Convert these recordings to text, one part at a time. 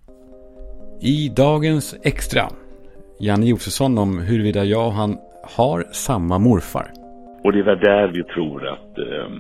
I dagens extra, Janne Josefsson om huruvida jag och han har samma morfar. Och det var där vi tror att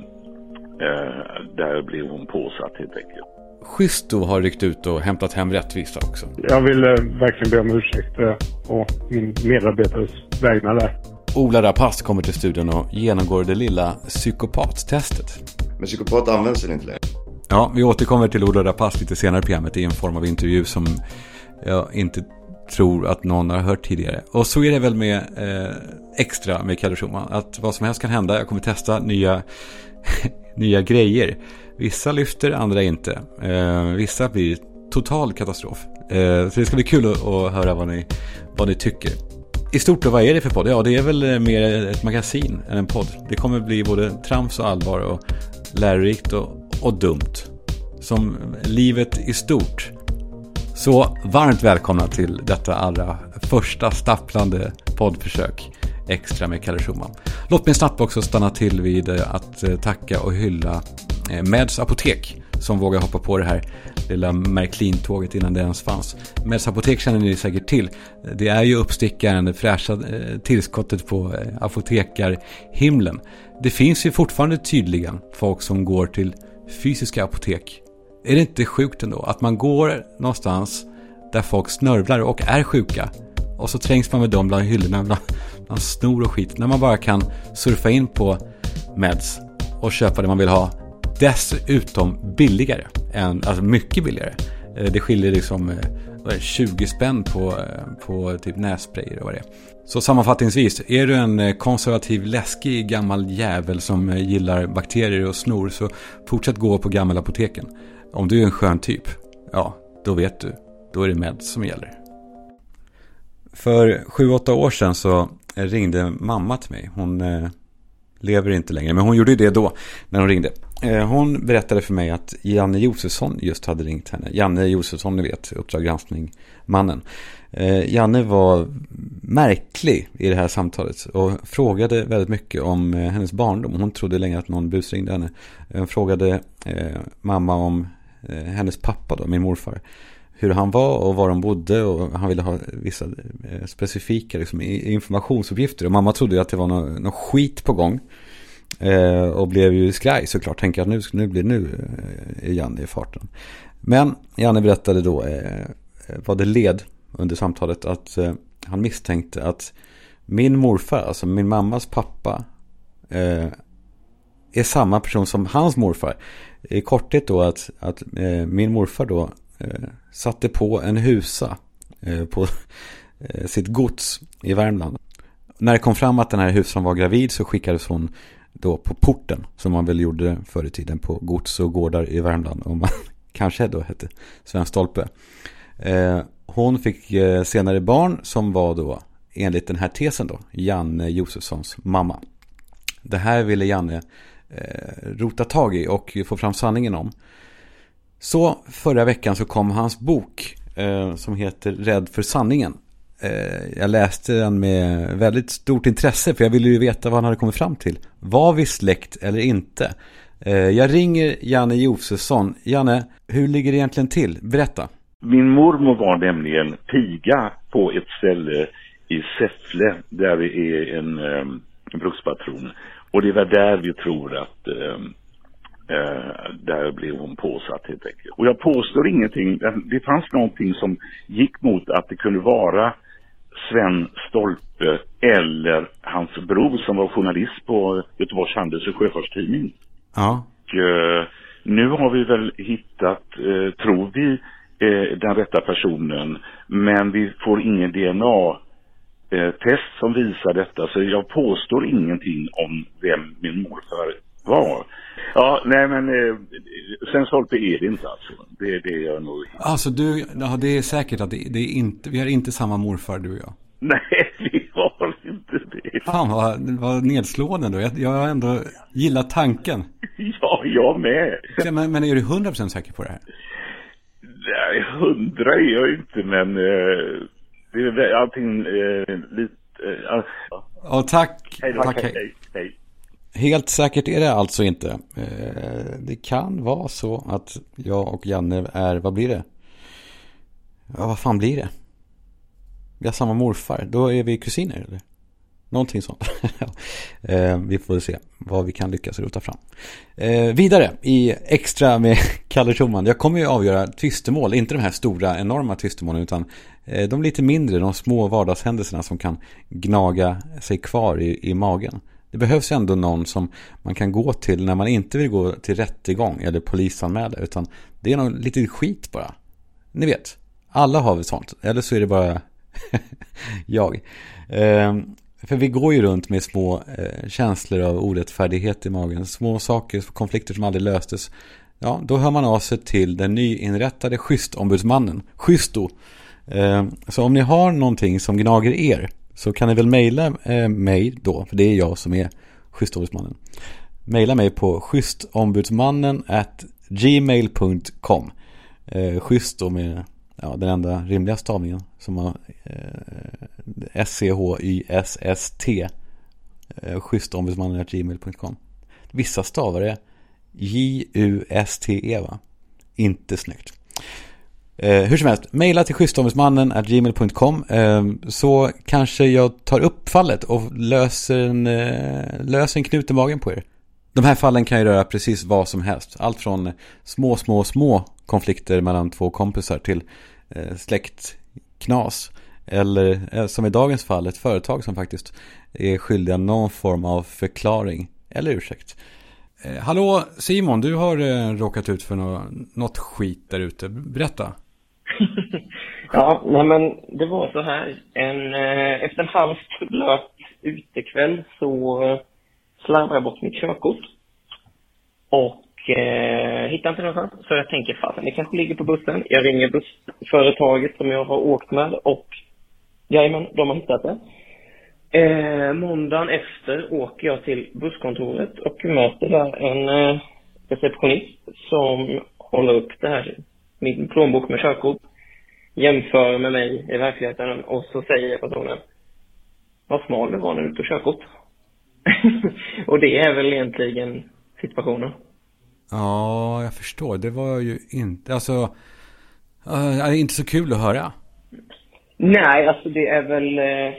där blev hon påsatt helt enkelt. Schyssto har ryckt ut och hämtat hem rättvisa också. Jag vill verkligen be om ursäkt och min medarbetares vägnar där. Ola Rapace kommer till studion och genomgår det lilla psykopattestet. Men psykopat används väl inte längre? Ja, vi återkommer till Ola Rapace lite senare i programmet i en form av intervju som jag inte tror att någon har hört tidigare. Och så är det väl med extra med Kalle Schumann, att vad som helst kan hända. Jag kommer testa nya grejer. Vissa lyfter, andra inte. Vissa blir total katastrof. Så det ska bli kul att höra vad ni tycker. I stort då, vad är det för podd? Ja, det är väl mer ett magasin än en podd. Det kommer bli både trams och allvar och lärorikt och dumt. Som livet i stort. Så varmt välkomna till detta allra första stapplande poddförsök extra med Kalle Schumann. Låt mig snabbt också stanna till vid att tacka och hylla Meds Apotek som vågar hoppa på det här lilla Märklin-tåget innan det ens fanns. Meds Apotek känner ni säkert till. Det är ju uppstickaren, det fräscha tillskottet på apotekarhimlen. Det finns ju fortfarande tydligen folk som går till fysiska apotek. Är det inte sjukt ändå att man går någonstans där folk snörvlar och är sjuka och så trängs man med dem bland hyllorna, bland snor och skit, när man bara kan surfa in på Meds och köpa det man vill ha, dessutom billigare, alltså mycket billigare. Det skiljer liksom 20 spänn på typ nässprayer och vad det är. Så sammanfattningsvis, är du en konservativ, läskig gammal jävel som gillar bakterier och snor, så fortsätt gå på gamla apoteken. Om du är en skön typ, ja, då vet du. Då är det Meds som gäller. För 7-8 år sedan så ringde mamma till mig. Hon lever inte längre, men hon gjorde det då när hon ringde. Hon berättade för mig att Janne Josefsson just hade ringt henne. Janne Josefsson, ni vet, Uppdrag granskning mannen. Janne var märklig i det här samtalet och frågade väldigt mycket om hennes barndom. Hon trodde länge att någon busringde henne. Hon frågade mamma om hennes pappa då, min morfar. Hur han var och var de bodde, och han ville ha vissa specifika liksom, informationsuppgifter. Och mamma trodde att det var någon skit på gång. Och blev ju skraj såklart. Tänker att nu är Janne i farten. Men Janne berättade då vad det led under samtalet att han misstänkte att min morfar, alltså min mammas pappa, är samma person som hans morfar. I korthet då att min morfar då satte på en husa på sitt gods i Värmland. När det kom fram att den här husan var gravid så skickades hon då på porten, som man väl gjorde förr i tiden på gods och gårdar i Värmland, och man kanske då hette Sven Stolpe. Hon fick senare barn som var då enligt den här tesen då Janne Josefssons mamma. Det här ville Janne rota tag i och få fram sanningen om. Så förra veckan så kom hans bok som heter Rädd för sanningen. Jag läste den med väldigt stort intresse, för jag ville ju veta vad han hade kommit fram till. Var vi släkt eller inte? Jag ringer Janne Josefsson. Janne, hur ligger det egentligen till? Berätta. Min mormor var nämligen piga på ett ställe i Säffle där det är en brukspatron. Och det var där vi tror att där blev hon påsatt helt enkelt. Och jag påstår ingenting. Det fanns någonting som gick mot att det kunde vara Sven Stolpe eller hans bror som var journalist på Göteborgs Handels- och Sjöfartstidning. Ja. Och, nu har vi väl hittat, tror vi, den rätta personen, men vi får ingen DNA-test som visar detta, så jag påstår ingenting om vem min morfar var. Ja, nej men sen Stolpe är det inte alltså. Det är jag nog. Alltså det är säkert att det är inte, vi har inte samma morfar du och jag. Nej, vi har inte det. Fan vad nedslående då. Jag har ändå gillat tanken. Ja, jag med. Men är du 100% säker på det här? Nej, 100 är jag inte, men det är allting lite... Ja, tack. Hej då, tack, hej. Helt säkert är det alltså inte. Det kan vara så att jag och Janne är, vad blir det? Ja, vad fan blir det? Vi har samma morfar. Då är vi kusiner, eller? Någonting sånt. Vi får se vad vi kan lyckas rota fram. Vidare i extra med Kalle Schumann. Jag kommer ju avgöra tvistemål. Inte de här stora, enorma tvistemålen, utan de lite mindre, de små vardagshändelserna som kan gnaga sig kvar i magen. Det behövs ändå någon som man kan gå till när man inte vill gå till rättegång eller polisanmäla, utan det är någon lite skit bara. Ni vet, alla har väl sånt. Eller så är det bara jag. För vi går ju runt med små känslor av orättfärdighet i magen. Små saker, konflikter som aldrig löstes. Ja, då hör man av sig till den nyinrättade schystombudsmannen. Schyssto. Så om ni har någonting som gnager er, så kan ni väl mejla mig då. För det är jag som är schystombudsmannen. Mejla mig på schystombudsmannen@gmail.com. Schyssto med den enda rimliga stavningen som har SCHYSST. Schystombudsmannen@gmail.com. Vissa stavar är JUSTE, va? Inte snyggt. Hur som helst, mejla till schystombudsmannen@gmail.com, så kanske jag tar upp fallet och löser en knut i magen på er. De här fallen kan ju röra precis vad som helst. Allt från små konflikter mellan två kompisar till släktknas. Eller som i dagens fall, ett företag som faktiskt är skyldiga någon form av förklaring eller ursäkt. Hallå Simon, du har råkat ut för något skit där ute. Berätta. Ja, nej men det var så här. Efter en halvt blöt utekväll så slarvade jag bort mitt körkort. Och hittade inte någonstans. Så jag tänker, fan, det kanske ligger på bussen. Jag ringer bussföretaget som jag har åkt med. Och jajamän, de har hittat det. Måndagen efter åker jag till busskontoret och möter där en receptionist som håller upp det här, min plånbok med körkort, jämför med mig i verkligheten, och så säger personen: vad smal det var när du tog körkort. Och det är väl egentligen situationen. Ja, jag förstår. Det var ju inte, alltså, inte så kul att höra. Nej, alltså det är väl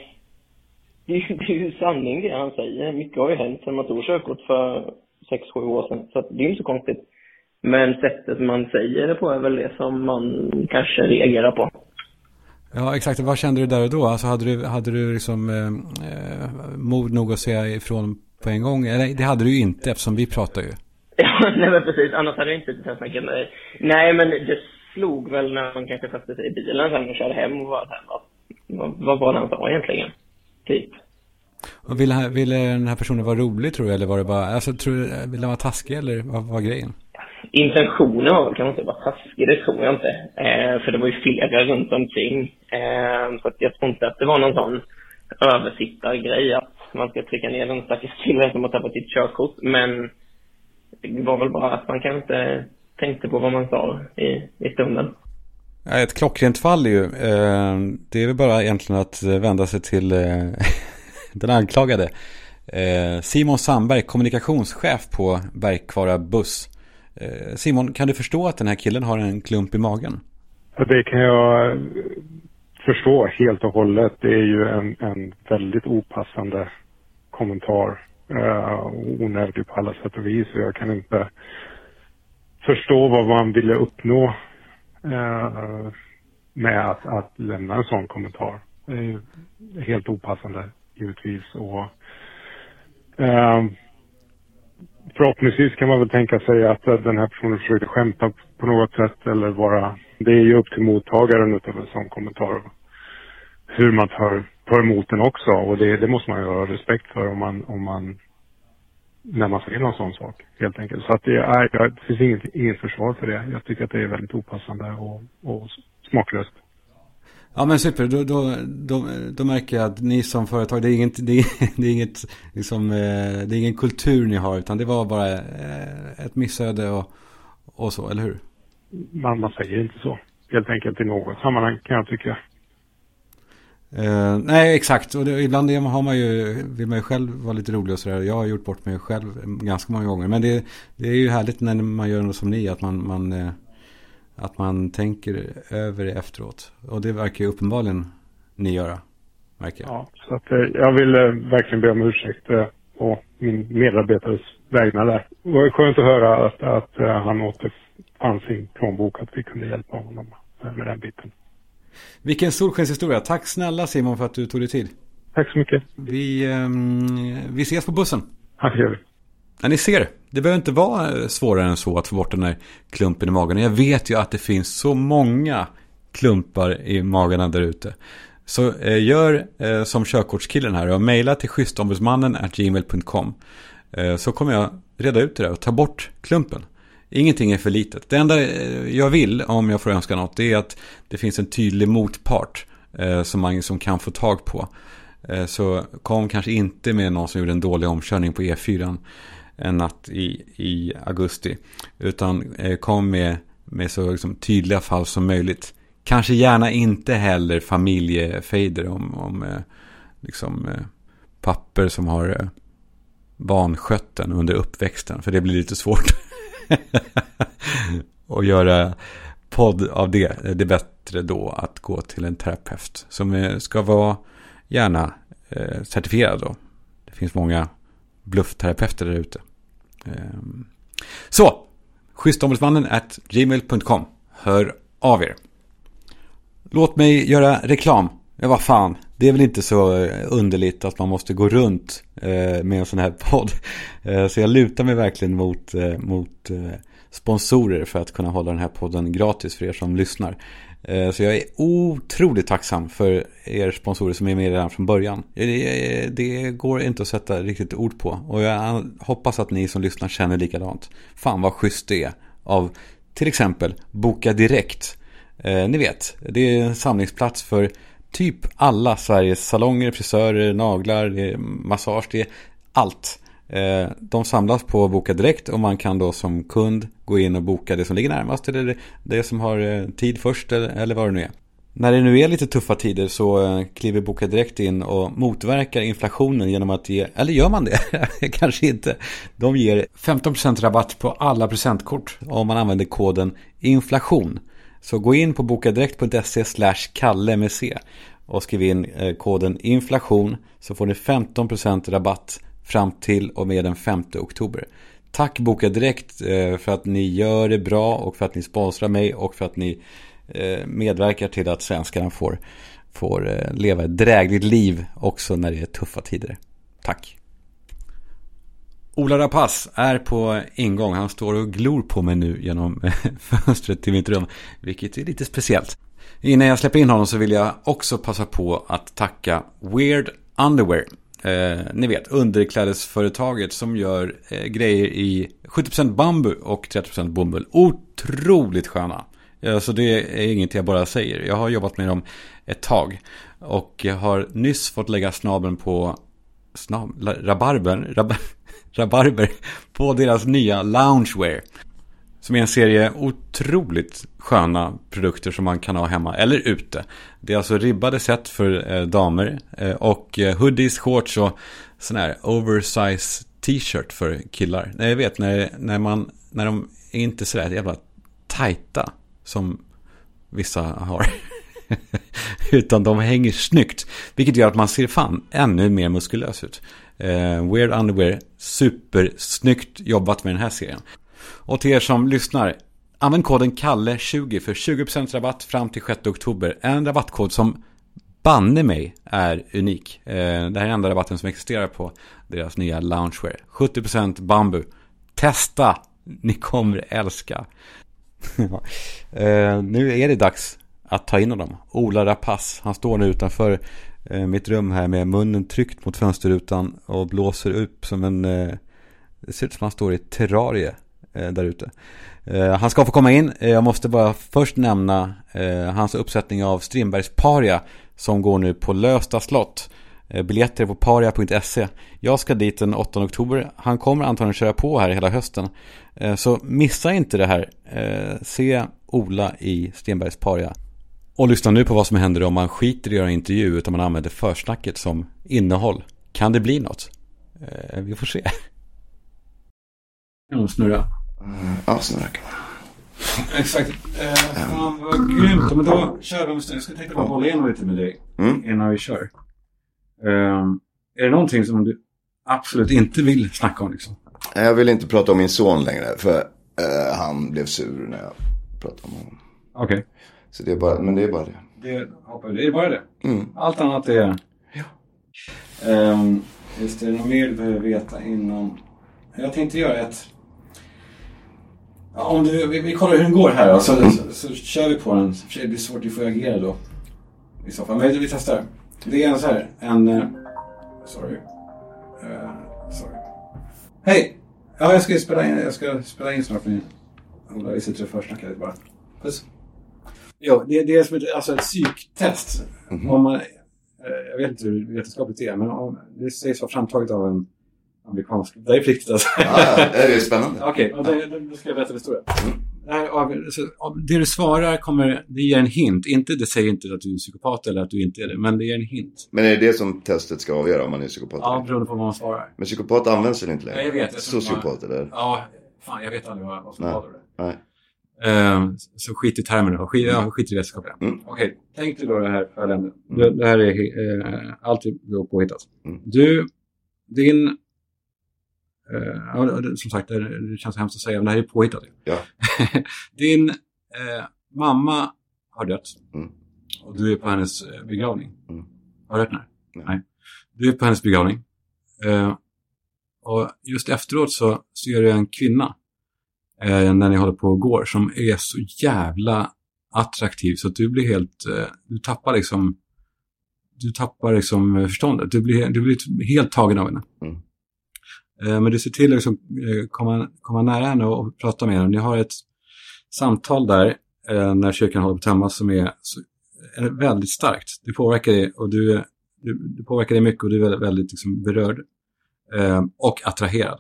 det är ju sanning det han säger. Mycket har ju hänt sedan man tog körkort för 6-7 år sedan. Så det är inte så konstigt. Men sättet man säger det på är väl det som man kanske reagerar på. Ja, exakt. Vad kände du där och då? Alltså hade du liksom mod nog att säga ifrån på en gång? Eller det hade du ju inte, eftersom vi pratar ju. Ja, nej men precis. Annars hade jag inte snackat med dig. Nej, men det slog väl när man kanske satte sig i bilen sen och körde hem och var här. Vad var det han sa egentligen? Typ. Och ville den här personen vara rolig, tror du? Eller var det bara, alltså, ville han vara taskig, eller vad var grejen? Intentionen var kan man inte vara taskig, det tror jag inte. För det var ju flera runt omkring. Så att jag tror inte att det var någon sån översittargrej att man ska trycka ner den stackars killen som har tappat sitt körkort. Men det var väl bara att man kanske inte tänkte på vad man sa i stunden. Ja, ett klockrent fall är ju, det är väl bara egentligen att vända sig till den anklagade. Simon Sandberg, kommunikationschef på Bergkvara buss. Simon, kan du förstå att den här killen har en klump i magen? Ja, det kan jag förstå helt och hållet. Det är ju en väldigt opassande kommentar. Onödig på alla sätt och vis. Jag kan inte förstå vad man ville uppnå med att lämna en sån kommentar. Det är ju helt opassande givetvis, och förhoppningsvis kan man väl tänka sig att den här personen försökte skämta på något sätt, eller vara, det är ju upp till mottagaren utav en sån kommentar hur man tar emot den också, och det måste man ju ha respekt för om man när man säger någon sån sak, helt enkelt. Så att det finns inget försvar för det. Jag tycker att det är väldigt opassande och smaklöst. Ja, men super. Då märker jag att ni som företag, det är inget liksom, det är ingen kultur ni har, utan det var bara ett missöde och så, eller hur? Man säger inte så, helt enkelt, i något sammanhang, kan jag tycka. Nej, exakt. Och ibland vill man ju själv vara lite rolig och sådär. Jag har gjort bort mig själv ganska många gånger. Men det är ju härligt när man gör något som ni, att att man tänker över det efteråt. Och det verkar ju uppenbarligen ni göra, märker jag. Ja, så att jag vill verkligen be om ursäkt på min medarbetares vägnar där. Det var skönt att höra att han återfann sin plånbok, att vi kunde hjälpa honom med den biten. Vilken solskenshistoria. Tack snälla Simon för att du tog dig tid. Tack så mycket. Vi ses på bussen. Ja, det gör vi. Ja, ni ser, det behöver inte vara svårare än så att få bort den här klumpen i magen. Jag vet ju att det finns så många klumpar i magarna där ute. Så gör som körkortskillen här och mejla till schystombudsmannen@gmail.com. Så kommer jag reda ut det där och ta bort klumpen. Ingenting är för litet. Det enda jag vill, om jag får önska något, det är att det finns en tydlig motpart som man som kan få tag på. Så kom kanske inte med någon som gjorde en dålig omkörning på E4 en natt i augusti. Utan kom med så liksom tydliga fall som möjligt. Kanske gärna inte heller familjefejder om papper som har vanskötten under uppväxten. För det blir lite svårt att göra podd av det. Det är bättre då att gå till en terapeut som ska vara gärna certifierad då. Det finns många bluffterapeuter där ute. Så, schystombudsmannen@gmail.com. Hör av er. Låt mig göra reklam. Ja, vad fan. Det är väl inte så underligt att man måste gå runt med en sån här podd. Så jag lutar mig verkligen mot sponsorer för att kunna hålla den här podden gratis för er som lyssnar. Så jag är otroligt tacksam för er sponsorer som är med redan från början. Det går inte att sätta riktigt ord på. Och jag hoppas att ni som lyssnar känner likadant. Fan vad schysst det är av till exempel Boka Direkt. Ni vet, det är en samlingsplats för typ alla Sveriges salonger, frisörer, naglar, massage, det är allt. De samlas på Boka Direkt och man kan då som kund gå in och boka det som ligger närmast eller det som har tid först eller vad det nu är. När det nu är lite tuffa tider så kliver Boka Direkt in och motverkar inflationen genom att ge, eller gör man det? Kanske inte. De ger 15% rabatt på alla presentkort om man använder koden inflation. Så gå in på bokadirekt.se/kalle med C och skriv in koden inflation så får ni 15% rabatt fram till och med den 5 oktober. Tack Boka Direkt för att ni gör det bra och för att ni sponsrar mig och för att ni medverkar till att svenskarna får leva ett drägligt liv också när det är tuffa tider. Tack. Ola Rapace är på ingång. Han står och glor på mig nu genom fönstret till mitt rum, vilket är lite speciellt. Innan jag släpper in honom så vill jag också passa på att tacka Weird Underwear. Ni vet, underklädesföretaget som gör grejer i 70% bambu och 30% bomull. Otroligt sköna. Så det är inget jag bara säger. Jag har jobbat med dem ett tag och jag har nyss fått lägga snabeln på rabarber på deras nya loungewear. Som är en serie otroligt sköna produkter som man kan ha hemma eller ute. Det är alltså ribbade set för damer och hoodies, shorts och sån här oversize t-shirt för killar. Jag vet när de är inte så där jävla tajta som vissa har. Utan de hänger snyggt. Vilket gör att man ser fan ännu mer muskulös ut. Weird Underwear, supersnyggt jobbat med den här serien. Och till er som lyssnar, använd koden KALLE20 för 20% rabatt fram till 6 oktober. En rabattkod som banne mig är unik. Det här är den enda rabatten som existerar på deras nya loungewear. 70% bambu. Testa! Ni kommer älska. Nu är det dags att ta in honom. Ola Rapace. Han står nu utanför mitt rum här med munnen tryckt mot fönsterrutan och blåser upp som en... Det ser ut som han står i ett terrarie där ute. Han ska få komma in. Jag måste bara först nämna hans uppsättning av Strindbergs Paria som går nu på Lösta slott. Biljetter på paria.se. Jag ska dit den 8 oktober. Han kommer antagligen köra på här hela hösten. Så missa inte det här. Se Ola i Strindbergs Paria. Och lyssna nu på vad som händer om man skiter i att göra en intervju utan man använder försnacket som innehåll. Kan det bli något? Vi får se. Snurra. Ja, snurra kan man. Exakt. Fan vad grymt. Men då kör vi. Jag ska tänka på att hålla igenom lite med dig innan vi kör. Är det någonting som du absolut inte vill snacka om liksom? Jag vill inte prata om min son längre. För han blev sur när jag pratade om honom. Okej. Okay. Så det är bara, men det är bara det. Det är bara det. Allt annat är... Ja. Just det, något mer du behöver veta innan... Jag tänkte göra ett... Ja, om vi kollar hur den går här då, så kör vi på den. Det blir svårt att få agera då. I så fall. Men vi testar. Det är en så här. Sorry. Hej! Ja, jag ska spela in snart. Vi sitter först och snackar lite bara. Puss. Jo, det är som ett psyktest. Om man, jag vet inte hur vetenskapligt det är, men det sägs vara framtaget av en amerikansk... Det är pliktigt alltså. Ja, det är spännande. Okej, då ska jag berätta en historia. Det du svarar det ger en hint. Det säger inte att du är psykopat eller att du inte är det, men det ger en hint. Men är det som testet ska avgöra om man är psykopat? Ja, beroende på vad man svarar. Men psykopat används väl inte längre? Ja, jag vet. Sociopat eller? Ja, fan, jag vet aldrig vad som var det. Nej. Så skit i termerna. Skit i vetenskapen. Okej, tänk dig då det här följande. Det här är alltid påhittat. Som sagt, det känns hemskt att säga, men det här är påhittat. Ja. Din mamma har dött. Och du är på hennes begravning. Har du rätt när? Nej. Du är på hennes begravning. Och just efteråt så ser du en kvinna när ni håller på och går som är så jävla attraktiv så att du blir helt du tappar liksom förståndet. Du blir helt tagen av henne. Men du ser till att liksom, komma nära henne och prata med henne. Ni har ett samtal där när kyrkan håller på att tömmas som är väldigt starkt. Det påverkar dig och du påverkar dig mycket och du är väldigt liksom, berörd och attraherad.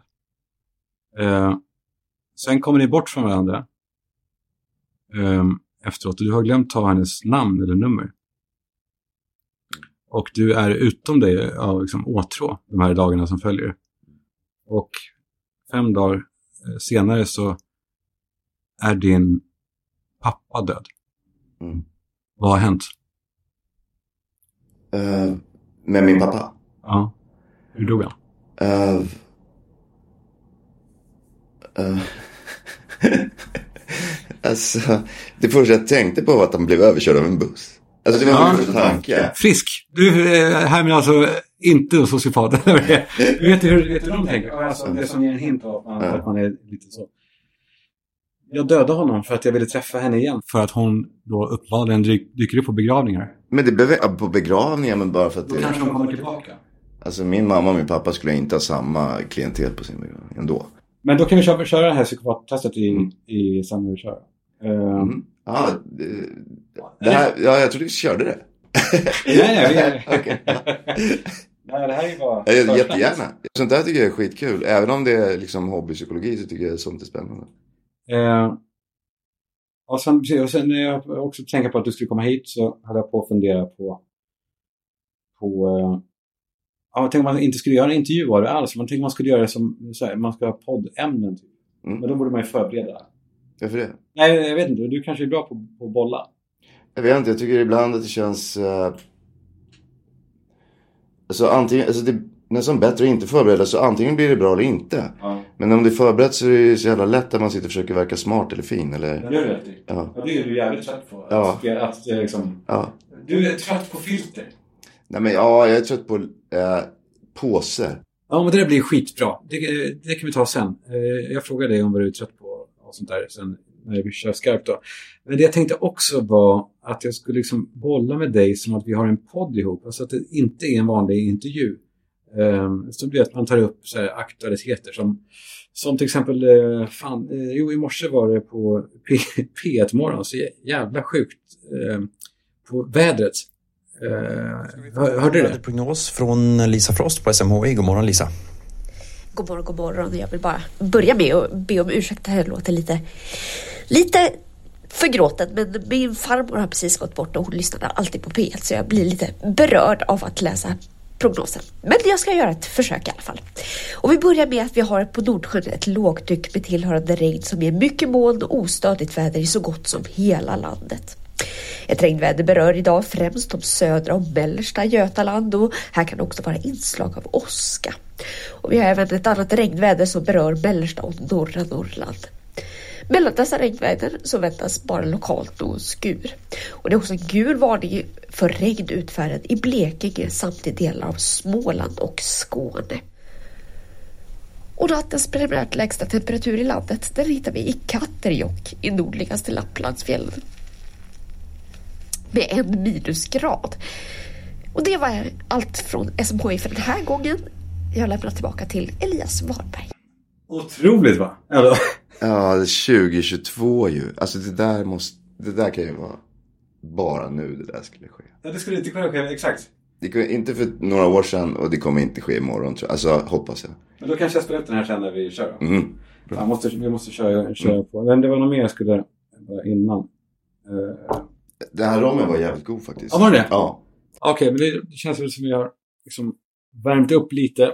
Sen kommer ni bort från varandra efteråt och du har glömt ta hennes namn eller nummer. Och du är utom dig av liksom, åtrå de här dagarna som följer. Och 5 dagar senare så är din pappa död. Vad har hänt? Med min pappa? Ja. Hur dog han? Alltså, det första jag tänkte på var att han blev överkörd av en buss. Alltså det var min första tanke. Frisk. Du här med alltså inte sociopat. vet du hur de tänker? Alltså, det som ger en hint av att man är lite så. Jag dödade honom för att jag ville träffa henne igen. För att hon då uppenbarligen dyker upp på begravningar. Men det blev på begravningar, men bara för att då kanske de kommer tillbaka. Alltså min mamma och min pappa skulle inte ha samma klientel på sin begravning ändå. Men då kan vi köra det här psykopattestet i samma vi kör. Jag tror du körde det. Nej. Okay. Nej, det här är bara... Jättegärna. Sånt där tycker jag är skitkul. Även om det är liksom hobbypsykologi så tycker jag sånt är spännande. Och sen när jag också tänker på att du skulle komma hit så hade jag på att fundera på jag tänkte man inte skulle göra en intervju var det alls. Man tänkte man skulle göra det som så här, man ska ha poddämnen typ. Men då borde man ju förbereda. Varför det? Nej, jag vet inte. Du kanske är bra på att bolla. Jag vet inte. Jag tycker ibland att det känns alltså antingen, alltså det är nästan bättre att inte förbereda, så antingen blir det bra eller inte. Ja. Men om det är förberett så är det så jävla lätt att man sitter och försöker verka smart eller fin. Eller... Det är rätt. Ja. Och det är du jävligt trött på. Att liksom... Du är trött på filter. Nej men jag är trött på påser. Ja, men det där blir skitbra. Det kan vi ta sen. Jag frågar dig om vad du är trött på och sånt där sen när vi kör skarpt då. Men det jag tänkte också var att jag skulle liksom bolla med dig som att vi har en podd ihop. Alltså att det inte är en vanlig intervju. Så blir det att man tar upp så här aktualiteter som till exempel i morse var det på P1 morgon så jävla sjukt på vädret. Hörde du det? Prognos från Lisa Frost på SMHI. God morgon Lisa. God morgon. Jag vill bara börja med att be om ursäkt. Det här låter lite förgråtet, men min farmor har precis gått bort och hon lyssnade alltid på P1 så jag blir lite berörd av att läsa prognosen. Men jag ska göra ett försök i alla fall. Och vi börjar med att vi har på Nordsjön ett lågtryck med tillhörande regn som ger mycket moln och ostadigt väder i så gott som hela landet. Ett regnväder berör idag främst de södra och mellersta Götaland och här kan också vara inslag av åska. Och vi har även ett annat regnväder som berör mellersta och norra Norrland. Mellan dessa regnväder så väntas bara lokalt någon skur. Och det är också en gul varning för regn utfärdad i Blekinge samt i delar av Småland och Skåne. Och nattens preliminärt lägsta temperatur i landet, den hittar vi i Katterjokk i nordligaste Lapplandsfjällen. Med 1 minusgrad. Och det var allt från SMHI för den här gången. Jag lämnar tillbaka till Elias Wahlberg. Otroligt va? Eller? Ja, 2022 ju. Alltså det där kan ju vara bara nu det där skulle ske. Ja, det skulle inte kunna ske, exakt. Det kunde inte för några år sedan och det kommer inte ske imorgon tror jag. Alltså hoppas jag. Men då kanske jag spelar upp den här sen när vi kör. Mm. Vi måste köra på. Men det var nog mer jag skulle innan. Den här ramen var jävligt god faktiskt. Ja, var det? Ja. Okej, men det känns väl som vi har liksom värmt upp lite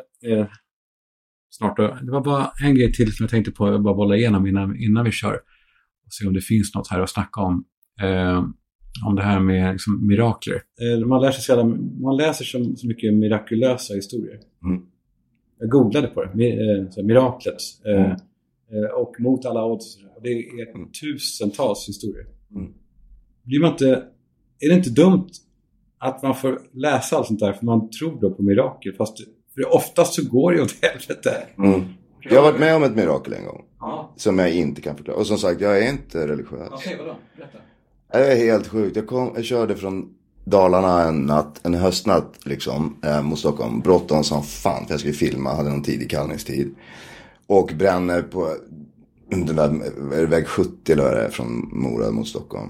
snart. Det var bara en grej till som jag tänkte på. Jag bara bolla igenom innan vi kör. Och se om det finns något här att snacka om. Om det här med liksom, mirakler. Man läser så mycket mirakulösa historier. Mm. Jag googlade på det. Miraklet. Och mot alla odds. Det är tusentals historier. Mm. Är det inte dumt att man får läsa allt sånt där för man tror då på mirakel för oftast så går det åt helvete. Mm. Jag har varit med om ett mirakel en gång. Ja. Som jag inte kan förklara. Och som sagt, jag är inte religiös. Okej, vadå? Berätta. Det är helt sjukt. Jag körde från Dalarna en höstnatt liksom mot Stockholm. Bråttom som fan för jag skulle filma. Hade någon tidig kallningstid. Och bränner på den där väg 70 eller vad det är från Mora mot Stockholm.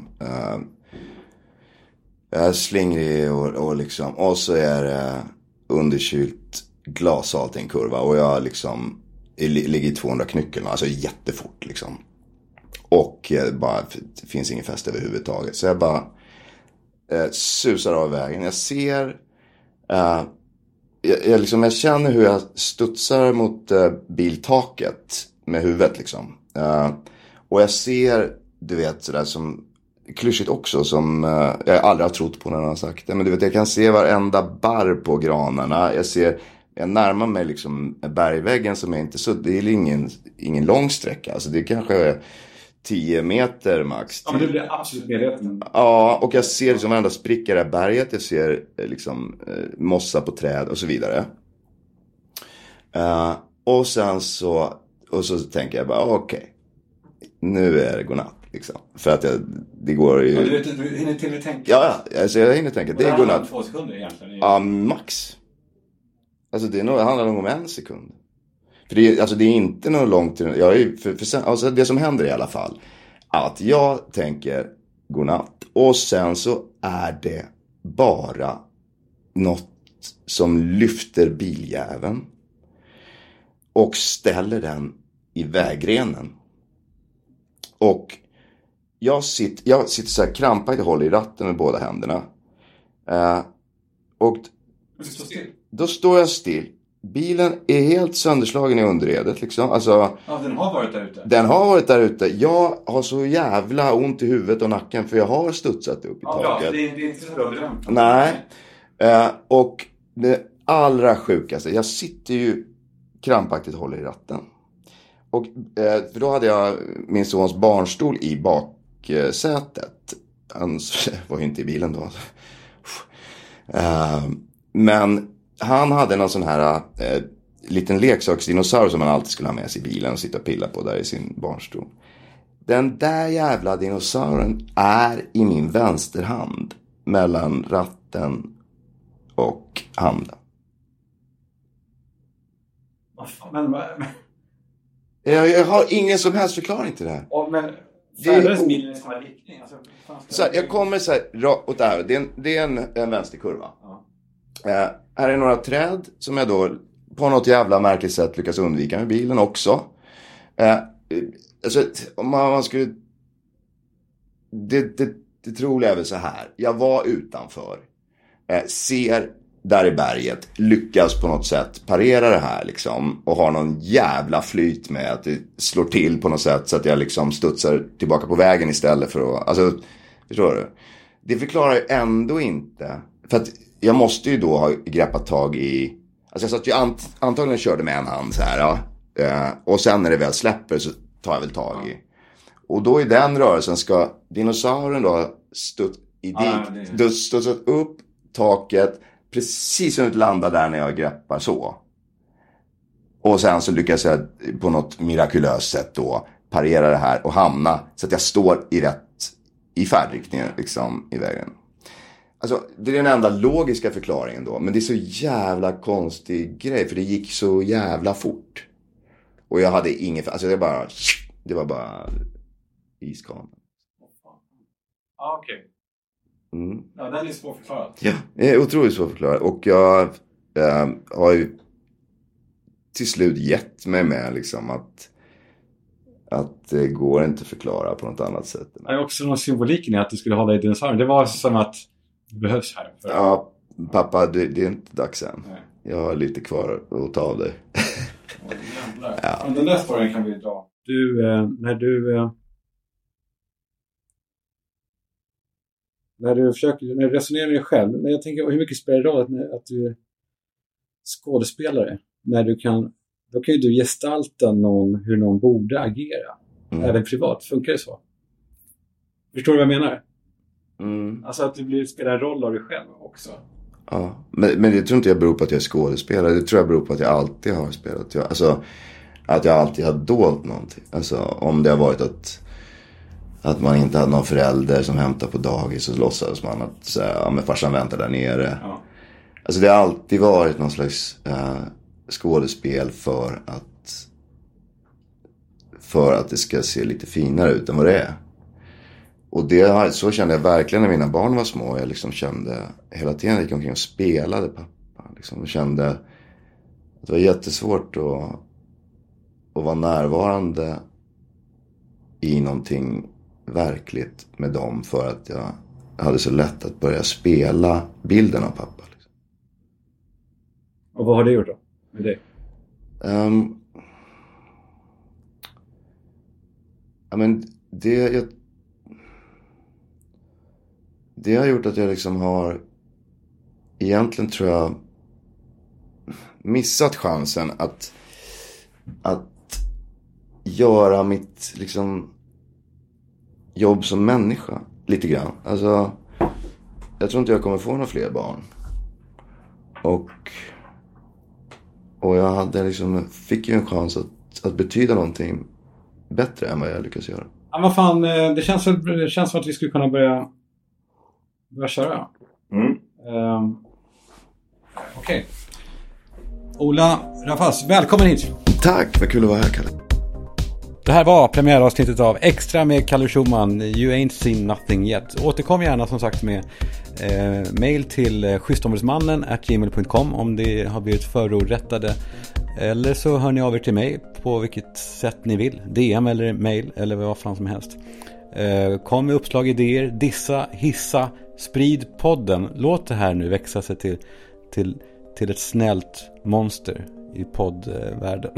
Jag är slingrig och liksom. Och så är det underkylt glasalt i en kurva. Och jag liksom ligger i 200 knyckeln. Alltså jättefort liksom. Och det finns ingen fäste överhuvudtaget. Så jag bara susar av vägen. Jag ser jag känner hur jag studsar mot biltaket med huvudet liksom. Och jag ser, du vet, sådär som klyschigt också som jag aldrig har trott på när någon har sagt det. Men du vet, jag kan se varenda barr på granarna. Jag närmar mig liksom bergväggen som är inte så, det är ingen lång sträcka. Alltså det kanske är 10 meter max. Ja, men det blir absolut medveten. Ja, och jag ser liksom varenda spricka i det här berget. Jag ser liksom mossa på träd och så vidare. Och sen så tänker jag bara okej. Nu är det godnatt liksom. För att det går ju... Ja, du hinner till att tänka. Ja, alltså jag hinner tänka. Det är godnatt. Det 2 sekunder egentligen. Ja, max. Alltså det handlar nog om 1 sekund. För det är inte något långt. Alltså det som händer i alla fall. Att jag tänker godnatt. Och sen så är det bara något som lyfter biljäveln. Och ställer den i vägrenen. Och jag sitter så här krampaktigt och håller i ratten med båda händerna. Och då står jag still. Bilen är helt sönderslagen i underredet liksom. Alltså, ja, den har varit där ute. Den har varit där ute. Jag har så jävla ont i huvudet och nacken för jag har studsat upp i taket. Ja, det är inte så bra bedömt. Nej. Och det allra sjukaste. Jag sitter ju krampaktigt och håller i ratten. Och för då hade jag min sons barnstol i baksätet. Han var ju inte i bilen då. Men han hade någon sån här liten leksaksdinosaur som man alltid skulle ha med sig i bilen och sitta och pilla på där i sin barnstol. Den där jävla dinosauren är i min vänsterhand mellan ratten och handen. Men... Jag har ingen som helst förklaring till det här. Ja, men färdades bilen i samma riktning? Alltså, så här, jag kommer så här rakt åt det här. Det är en vänsterkurva. Ja. Här är några träd som jag då på något jävla märkligt sätt lyckas undvika med bilen också. Alltså, om man skulle... Det troliga är väl så här. Jag var utanför. Ser där i berget lyckas på något sätt parera det här liksom, och har någon jävla flyt med att det slår till på något sätt så att jag liksom studsar tillbaka på vägen istället för att, alltså, förstår du? Det förklarar ju ändå inte, för att jag måste ju då ha greppat tag i, alltså jag satt ju antagligen körde med en hand så här, ja. Och sen när det väl släpper så tar jag väl tag i. Och då i den rörelsen ska dinosaurien då studsat upp taket precis som att landa där när jag greppar så. Och sen så lyckas jag på något mirakulöst sätt då parera det här och hamna så att jag står i färdriktningen liksom i vägen. Alltså det är den enda logiska förklaringen då, men det är så jävla konstig grej för det gick så jävla fort. Och jag hade alltså det var bara iskan. Ja, okej. Ja, den är svårförklarad. Ja, det är otroligt svårförklarad. Och jag har ju till slut gett mig med liksom att det går inte att förklara på något annat sätt. Det är också någon symboliken i att du skulle hålla i dinosaurien. Det var som att det behövs här. Ja, pappa, det är inte dags än. Nej. Jag har lite kvar att ta av dig. Ja. Den där storyn kan vi dra. När du resonerar med dig själv, när jag tänker hur mycket spelar det roll att du är skådespelare, då kan ju du gestalta hur någon borde agera, även privat, funkar det så? Förstår du vad jag menar? Alltså att du spelar en roll av dig själv också. Ja, men det tror inte jag beror på att jag är skådespelare, det tror jag beror på att jag alltid har spelat, alltså att jag alltid har dolt någonting, alltså om det har varit att man inte hade någon förälder som hämtar på dagis och låtsades man att så här, ja, men farsan väntar där nere. Ja. Alltså det har alltid varit någon slags skådespel för att det ska se lite finare ut än vad det är. Och så kände jag verkligen när mina barn var små. Jag liksom kände hela tiden gick omkring och spelade pappa. Liksom. Jag kände att det var jättesvårt att vara närvarande i någonting verkligt med dem för att jag hade så lätt att börja spela bilden av pappa. Liksom. Och vad har det gjort då med dig? Det har gjort att jag liksom har egentligen tror jag missat chansen att göra mitt liksom jobb som människa lite grann. Alltså jag tror inte jag kommer få några fler barn. Och jag hade liksom fick ju en chans att betyda någonting bättre än vad jag lyckas göra. Ja, vad fan, det känns som att vi skulle kunna börja köra. Okej. Ola Rapace, välkommen hit. Tack, vad kul att vara här, Kalle. Det här var premiäravsnittet av Extra med Kalle Schumann. You ain't seen nothing yet. Återkom gärna som sagt med mail till schystombudsmannen@gmail.com om det har blivit förorättade. Eller så hör ni av er till mig på vilket sätt ni vill. DM eller mail eller vad fan som helst. Kom med uppslag, idéer, dissa, hissa, sprid podden. Låt det här nu växa sig till ett snällt monster i poddvärlden.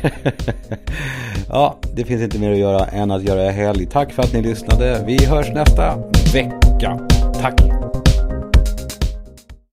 Ja, det finns inte mer att göra än att göra helg. Tack för att ni lyssnade. Vi hörs nästa vecka. Tack.